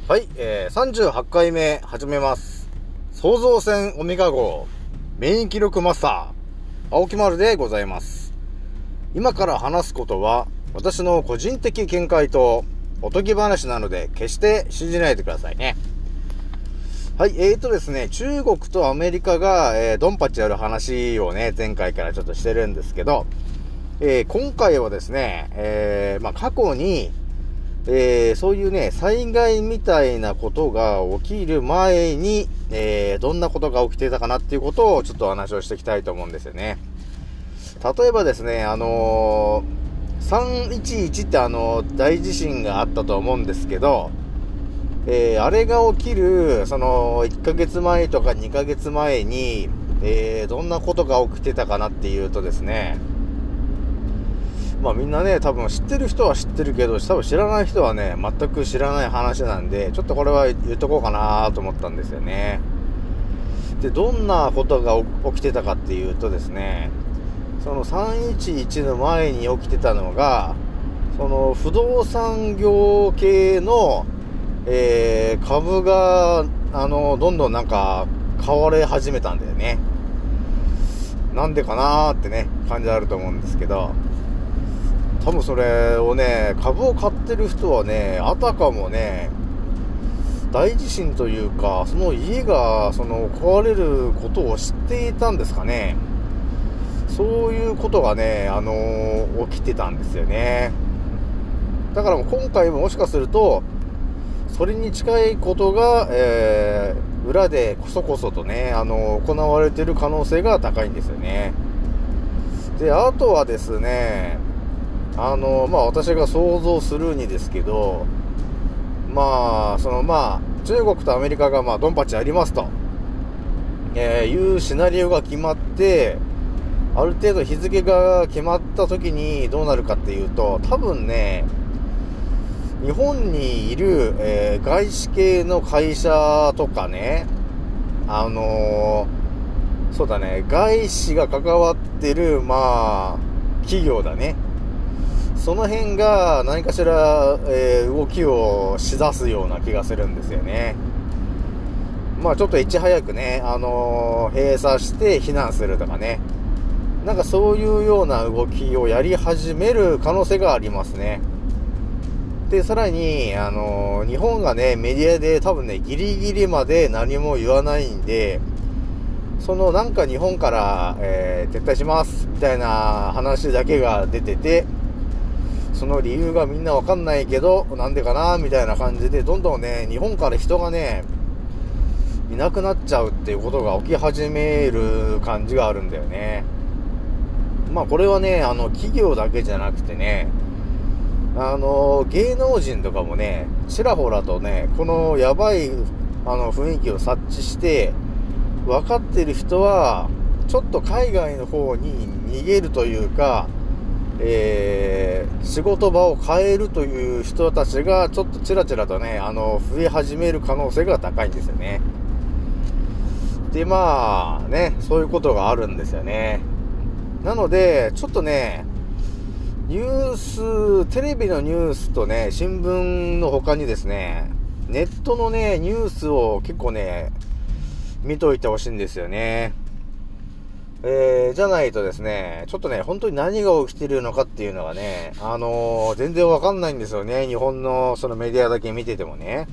はい、38回目始めます。創造船オメガ号免疫力マスター青木丸でございます。今から話すことは私の個人的見解とおとぎ話なので決して信じないでくださいね。はい、ですね、中国とアメリカが、ドンパチやる話をね、前回からちょっとしてるんですけど、今回はですね、過去にそういうね、災害みたいなことが起きる前に、どんなことが起きていたかなっていうことをちょっとお話をしていきたいと思うんですよね。例えばですね、311って大地震があったと思うんですけど、あれが起きる、その、1ヶ月前とか2ヶ月前に、どんなことが起きてたかなっていうとですね、みんなね、多分知ってる人は知ってるけど、多分知らない人はね、全く知らない話なんで、ちょっとこれは言っとこうかなと思ったんですよね。で、どんなことが起きてたかっていうとですね、その311の前に起きてたのが、その不動産業系の、株が、どんどんなんか買われ始めたんだよね。なんでかなーってね、感じあると思うんですけど、多分それをね、株を買ってる人はね、あたかもね、大地震というか、その家が、壊れることを知っていたんですかね。そういうことがね、起きてたんですよね。だから今回ももしかすると、それに近いことが、裏でこそこそとね、行われている可能性が高いんですよね。で、あとはですね、私が想像するにですけど、中国とアメリカがドンパチやりますと、いうシナリオが決まって、ある程度日付が決まった時にどうなるかっていうと、多分ね、日本にいる、外資系の会社とかね、そうだね、外資が関わってる、企業だね。その辺が何かしら、動きをしだすような気がするんですよね。ちょっといち早くね、閉鎖して避難するとかね。なんかそういうような動きをやり始める可能性がありますね。で、さらに、日本がね、メディアで多分ね、ギリギリまで何も言わないんで、なんか日本から、撤退しますみたいな話だけが出てて、その理由がみんなわかんないけど、なんでかなみたいな感じで、どんどんね、日本から人がね、いなくなっちゃうっていうことが起き始める感じがあるんだよね。これはね、企業だけじゃなくてね、芸能人とかもね、ちらほらとね、このやばい、雰囲気を察知して、分かってる人は、ちょっと海外の方に逃げるというか、仕事場を変えるという人たちがちょっとちらちらとね、増え始める可能性が高いんですよね。で、そういうことがあるんですよね。なので、ちょっとね、テレビのニュースとね、新聞の他にですね、ネットのね、ニュースを結構ね、見といてほしいんですよね。じゃないとですね、ちょっとね、本当に何が起きてるのかっていうのがね、全然わかんないんですよね。日本のそのメディアだけ見ててもね。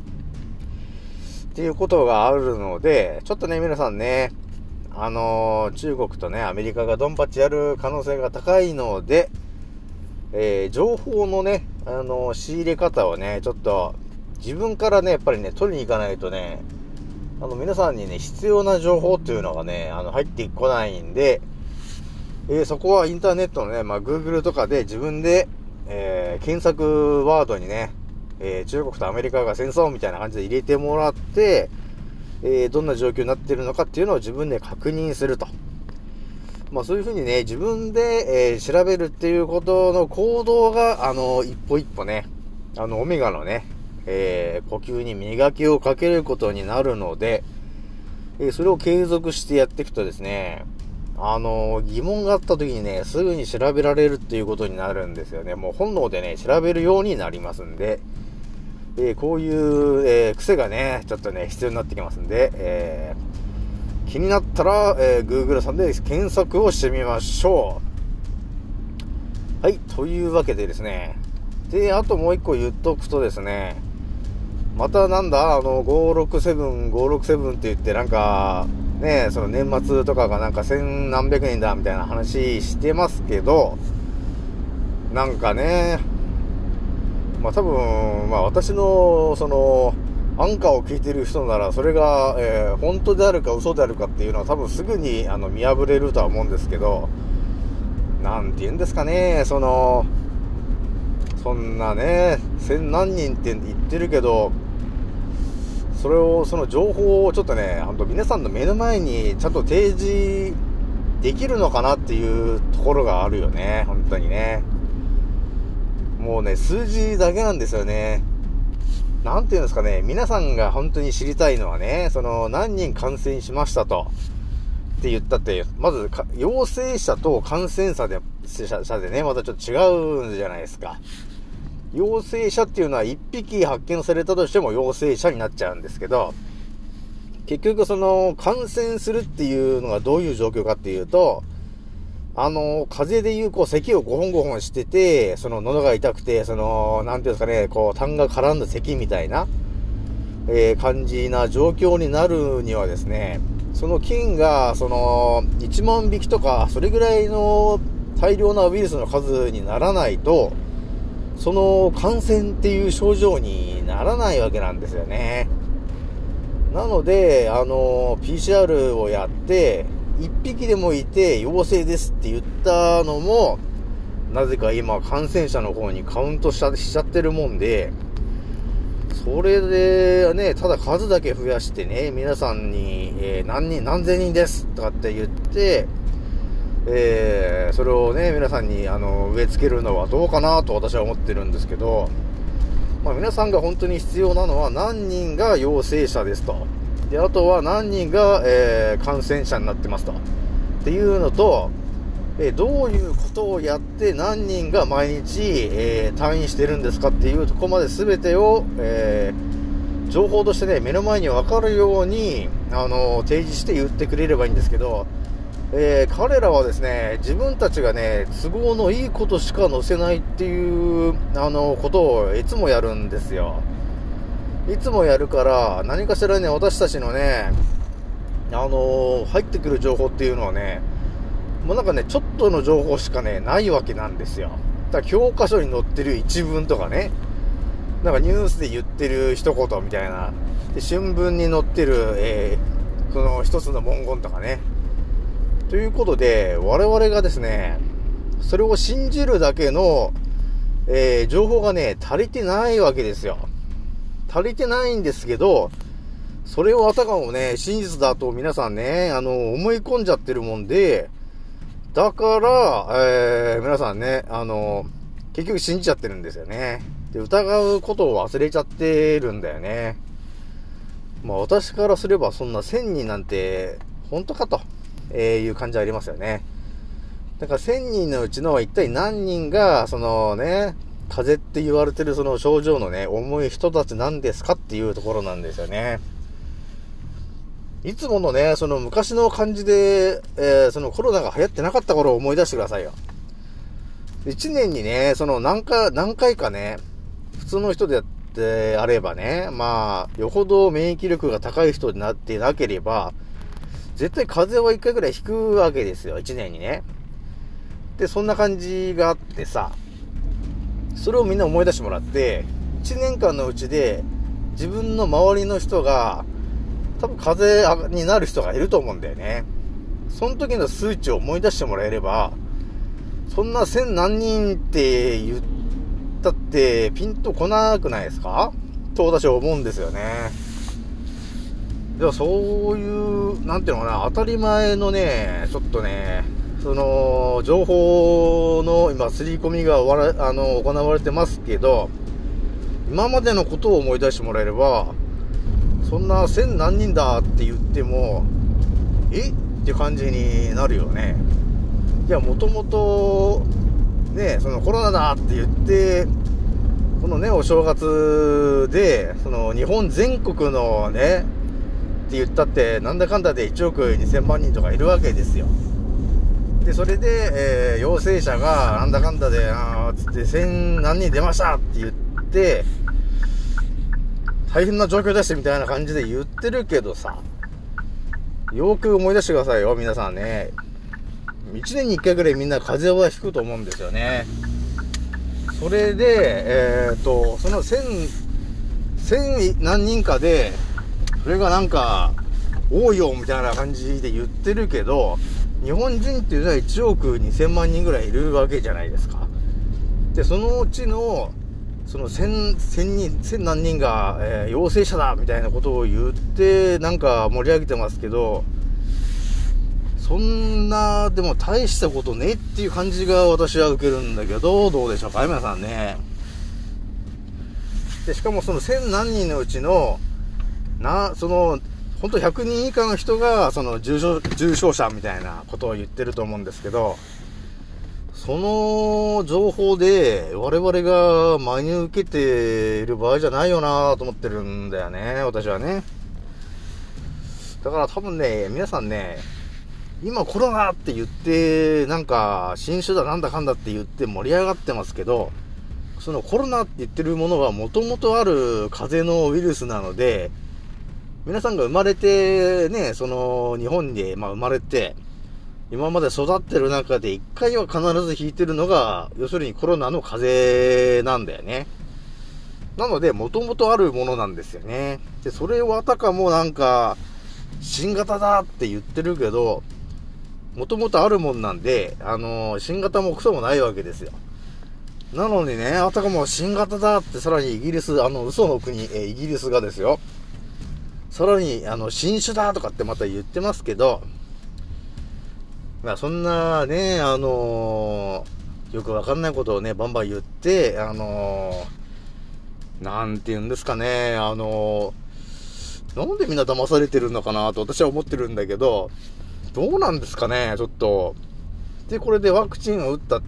っていうことがあるので、ちょっとね、皆さんね、中国とね、アメリカがドンパチやる可能性が高いので、情報のね、仕入れ方をね、ちょっと、自分からね、やっぱりね、取りに行かないとね、皆さんにね、必要な情報っていうのがね、入ってこないんで、そこはインターネットのね、Google とかで自分で、検索ワードにね、中国とアメリカが戦争みたいな感じで入れてもらって、どんな状況になっているのかっていうのを自分で確認すると。そういうふうにね、自分で、調べるっていうことの行動が、一歩一歩ね、オメガのね、呼吸に磨きをかけることになるので、それを継続してやっていくとですね、疑問があった時にね、すぐに調べられるっていうことになるんですよね。もう本能でね、調べるようになりますんで、 こういう、癖がね、ちょっとね、必要になってきますんで、気になったら、Google さんで検索をしてみましょう。はい、というわけでですね。で、あともう一個言っとくとですね、また567って言ってなんか、ね、その年末とかがなんか千何百人だみたいな話してますけど、なんかね、まあ多分、まあ私のそのアンカーを聞いてる人ならそれが、本当であるか嘘であるかっていうのは多分すぐに見破れるとは思うんですけど、なんて言うんですかね、そんなね、千何人って言ってるけど、その情報をちょっとね、皆さんの目の前にちゃんと提示できるのかなっていうところがあるよね、本当にね。もうね、数字だけなんですよね。なんていうんですかね、皆さんが本当に知りたいのはね、何人感染しましたとって言ったって、まず陽性者と感染者でね、またちょっと違うじゃないですか。陽性者っていうのは1匹発見されたとしても陽性者になっちゃうんですけど、結局感染するっていうのがどういう状況かっていうと、風邪でいう咳を5本してて、喉が痛くて、なんていうんですかね、痰が絡んだ咳みたいな、感じな状況になるにはですね、その菌が、1万匹とか、それぐらいの大量なウイルスの数にならないと、感染っていう症状にならないわけなんですよね。なので、PCR をやって、1匹でもいて陽性ですって言ったのも、なぜか今感染者の方にカウントしちゃってるもんで、それでね、ただ数だけ増やしてね、皆さんに、何千人ですとかって言って、それをね、皆さんに植え付けるのはどうかなと私は思ってるんですけど、まあ皆さんが本当に必要なのは何人が陽性者ですと。で、あとは何人が、感染者になってますと。っていうのと、どういうことをやって何人が毎日、退院してるんですかっていうところまで全てを、情報としてね、目の前に分かるように、提示して言ってくれればいいんですけど、彼らはですね、自分たちがね、都合のいいことしか載せないっていう、ことをいつもやるんですよ。いつもやるから、何かしらね、私たちのね、入ってくる情報っていうのはね、もうなんかね、ちょっとの情報しかね、ないわけなんですよ。だから教科書に載ってる一文とかね、なんかニュースで言ってる一言みたいな、で新聞に載ってる、その一つの文言とかね、ということで、我々がですね、それを信じるだけの、情報がね、足りてないわけですよ。足りてないんですけど、それをあたかもね、真実だと皆さんね、思い込んじゃってるもんで、だから、皆さんね、結局信じちゃってるんですよね。で、疑うことを忘れちゃってるんだよね。まあ私からすればそんな1000人なんて、本当かと。いう感じありますよね。だから1000人のうちの一体何人が、風邪って言われてるその症状のね、重い人たちなんですかっていうところなんですよね。いつものね、昔の感じで、コロナが流行ってなかった頃を思い出してくださいよ。1年にね、何回かね、普通の人であればね、まあ、よほど免疫力が高い人になってなければ、絶対風邪は1回ぐらい引くわけですよ、1年にね。で、そんな感じがあってさ、それをみんな思い出してもらって、1年間のうちで自分の周りの人が、多分風邪になる人がいると思うんだよね。その時の数値を思い出してもらえれば、そんな1000何人って言ったってピンとこなくないですかと私は思うんですよね。ではそういう、なんていうのかな、当たり前のね、ちょっとね、情報の今、刷り込みが行われてますけど、今までのことを思い出してもらえれば、そんな1000何人だって言っても、って感じになるよね。いや、もともと、ね、コロナだって言って、 このね、お正月で、その日本全国のね、って言ったって、なんだかんだで1億2000万人とかいるわけですよ。で、それで、陽性者がなんだかんだで、つって1000何人出ましたって言って、大変な状況ですみたいな感じで言ってるけどさ、よく思い出してくださいよ、皆さんね。1年に1回ぐらいみんな風邪はひくと思うんですよね。それで、その1000何人かで、それがなんか、多いよみたいな感じで言ってるけど、日本人っていうのは1億2000万人ぐらいいるわけじゃないですか。で、そのうちの、その1000何人が、陽性者だみたいなことを言って、なんか盛り上げてますけど、そんな、でも大したことねっていう感じが私は受けるんだけど、どうでしょうか、皆さんね。で、しかもその1000何人のうちの、本当100人以下の人が、その重症者みたいなことを言ってると思うんですけど、その情報で我々が真に受けている場合じゃないよなと思ってるんだよね、私はね。だから多分ね、皆さんね、今コロナって言って、なんか新種だなんだかんだって言って盛り上がってますけど、そのコロナって言ってるものはもともとある風邪のウイルスなので、皆さんが生まれてね、その日本で生まれて、今まで育ってる中で一回は必ず引いてるのが、要するにコロナの風邪なんだよね。なので、もともとあるものなんですよね。で、それをあたかもなんか、新型だって言ってるけど、もともとあるもんなんで、新型もクソもないわけですよ。なのにね、あたかも新型だってさらにイギリス、嘘の国、イギリスがですよ。さらに、新種だとかってまた言ってますけど、そんなね、よくわかんないことをね、バンバン言って、なんて言うんですかね、なんでみんな騙されてるのかなと私は思ってるんだけど、どうなんですかね、ちょっと。で、これでワクチンを打ったって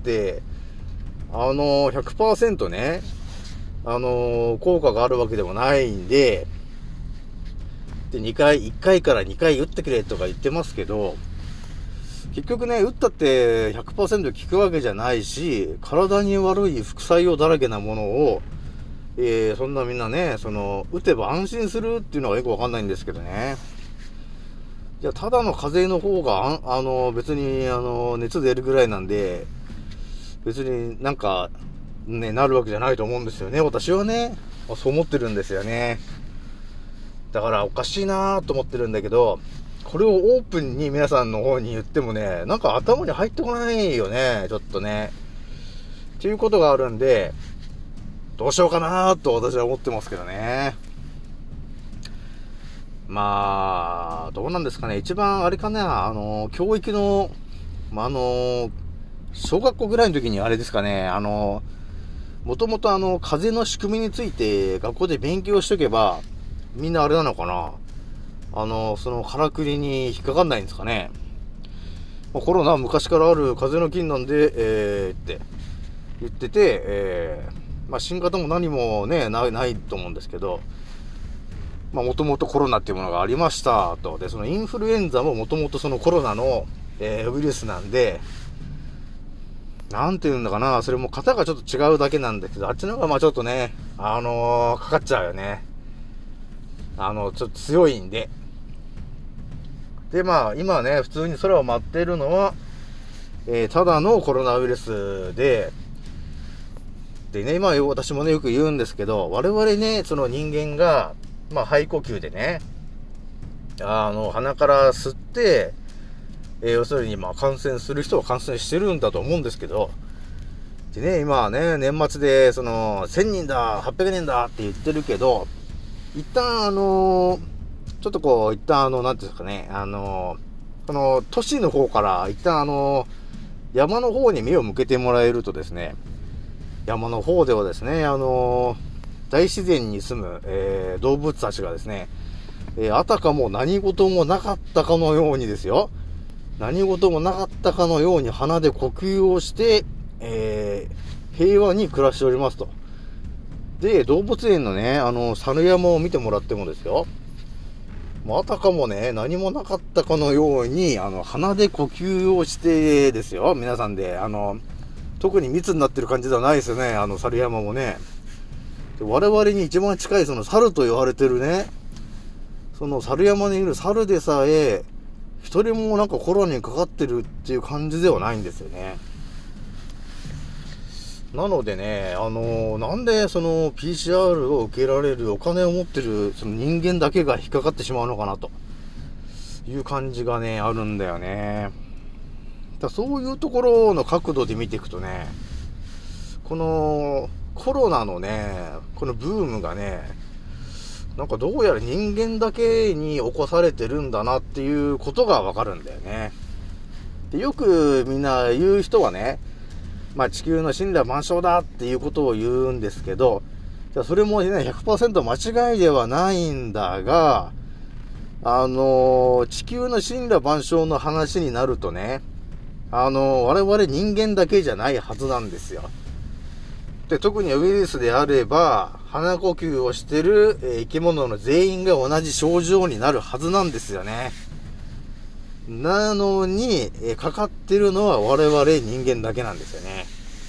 、100% ね、効果があるわけでもないんで、1回から2回打ってくれとか言ってますけど、結局ね、打ったって 100% 効くわけじゃないし、体に悪い副作用だらけなものを、そんなみんなね、打てば安心するっていうのはよくわかんないんですけどね。じゃあ、ただの風邪の方が、別に、熱出るぐらいなんで、別になんか、ね、なるわけじゃないと思うんですよね。私はね、そう思ってるんですよね。だからおかしいなと思ってるんだけど、これをオープンに皆さんの方に言ってもね、なんか頭に入ってこないよね、ちょっとね。っていうことがあるんで、どうしようかなと私は思ってますけどね。どうなんですかね。一番あれかな、教育の、小学校ぐらいの時にあれですかね、もともと風邪の仕組みについて学校で勉強しとけば、みんなあれなのかな、そのからくりに引っかかんないんですかね。コロナは昔からある風邪の菌なんで、って言ってて、新型も何もね、ないと思うんですけど、もともとコロナっていうものがありましたと。で、そのインフルエンザももともとそのコロナの、ウイルスなんで、なんて言うんだかな、それも型がちょっと違うだけなんだけど、あっちの方がちょっとね、かかっちゃうよね。ちょっと強いんで。で、今ね、普通に空を舞っているのは、ただのコロナウイルスで、ね、今私もね、よく言うんですけど、我々ね、その人間が、肺呼吸でね、鼻から吸って、要するに感染する人は感染してるんだと思うんですけど、でね、今はね、年末で、1000人だ、800人だって言ってるけど、一旦ちょっと一旦なんていうんですかね、この都市の方から一旦山の方に目を向けてもらえるとですね、山の方ではですね、大自然に住む、動物たちがですね、あたかも何事もなかったかのようにですよ、何事もなかったかのように鼻で呼吸をして、平和に暮らしておりますとで、動物園のね、猿山を見てもらってもですよ、あたかもね、何もなかったかのように、鼻で呼吸をしてですよ、皆さんで、特に密になってる感じではないですよね、猿山もね。で、我々に一番近いその猿と言われてるね、その猿山にいる猿でさえ、一人もなんかコロナにかかってるっていう感じではないんですよね。なのでね、なんでその PCR を受けられるお金を持ってるその人間だけが引っかかってしまうのかなという感じがね、あるんだよね。そういうところの角度で見ていくとね、このコロナのね、このブームがね、なんかどうやら人間だけに起こされてるんだなっていうことがわかるんだよね。で、よくみんな言う人はね、地球の真羅万象だっていうことを言うんですけど、じゃあそれもね、100% 間違いではないんだが、地球の真羅万象の話になるとね、我々人間だけじゃないはずなんですよ。で、特にウイルスであれば、鼻呼吸をしてる生き物の全員が同じ症状になるはずなんですよね。なのに、かかってるのは我々人間だけなんですよね。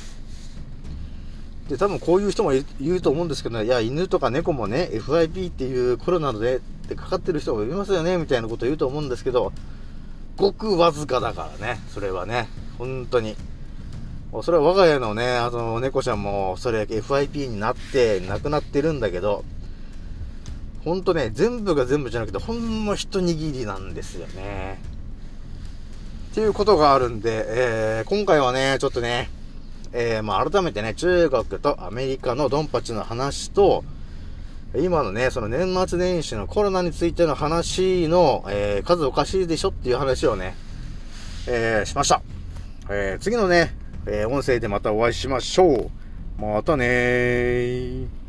で、多分こういう人も言うと思うんですけど、いや、犬とか猫もね、FIP っていうコロナでかかってる人もいますよね、みたいなことを言うと思うんですけど、ごくわずかだからね、それはね、本当に。それは我が家のね、猫ちゃんもそれ FIP になって亡くなってるんだけど、ほんとね、全部が全部じゃなくて、ほんの一握りなんですよね。っていうことがあるんで、今回はね、ちょっとね、改めてね、中国とアメリカのドンパチの話と、今のね、その年末年始のコロナについての話の、数おかしいでしょっていう話をね、しました。次のね、音声でまたお会いしましょう。またねー。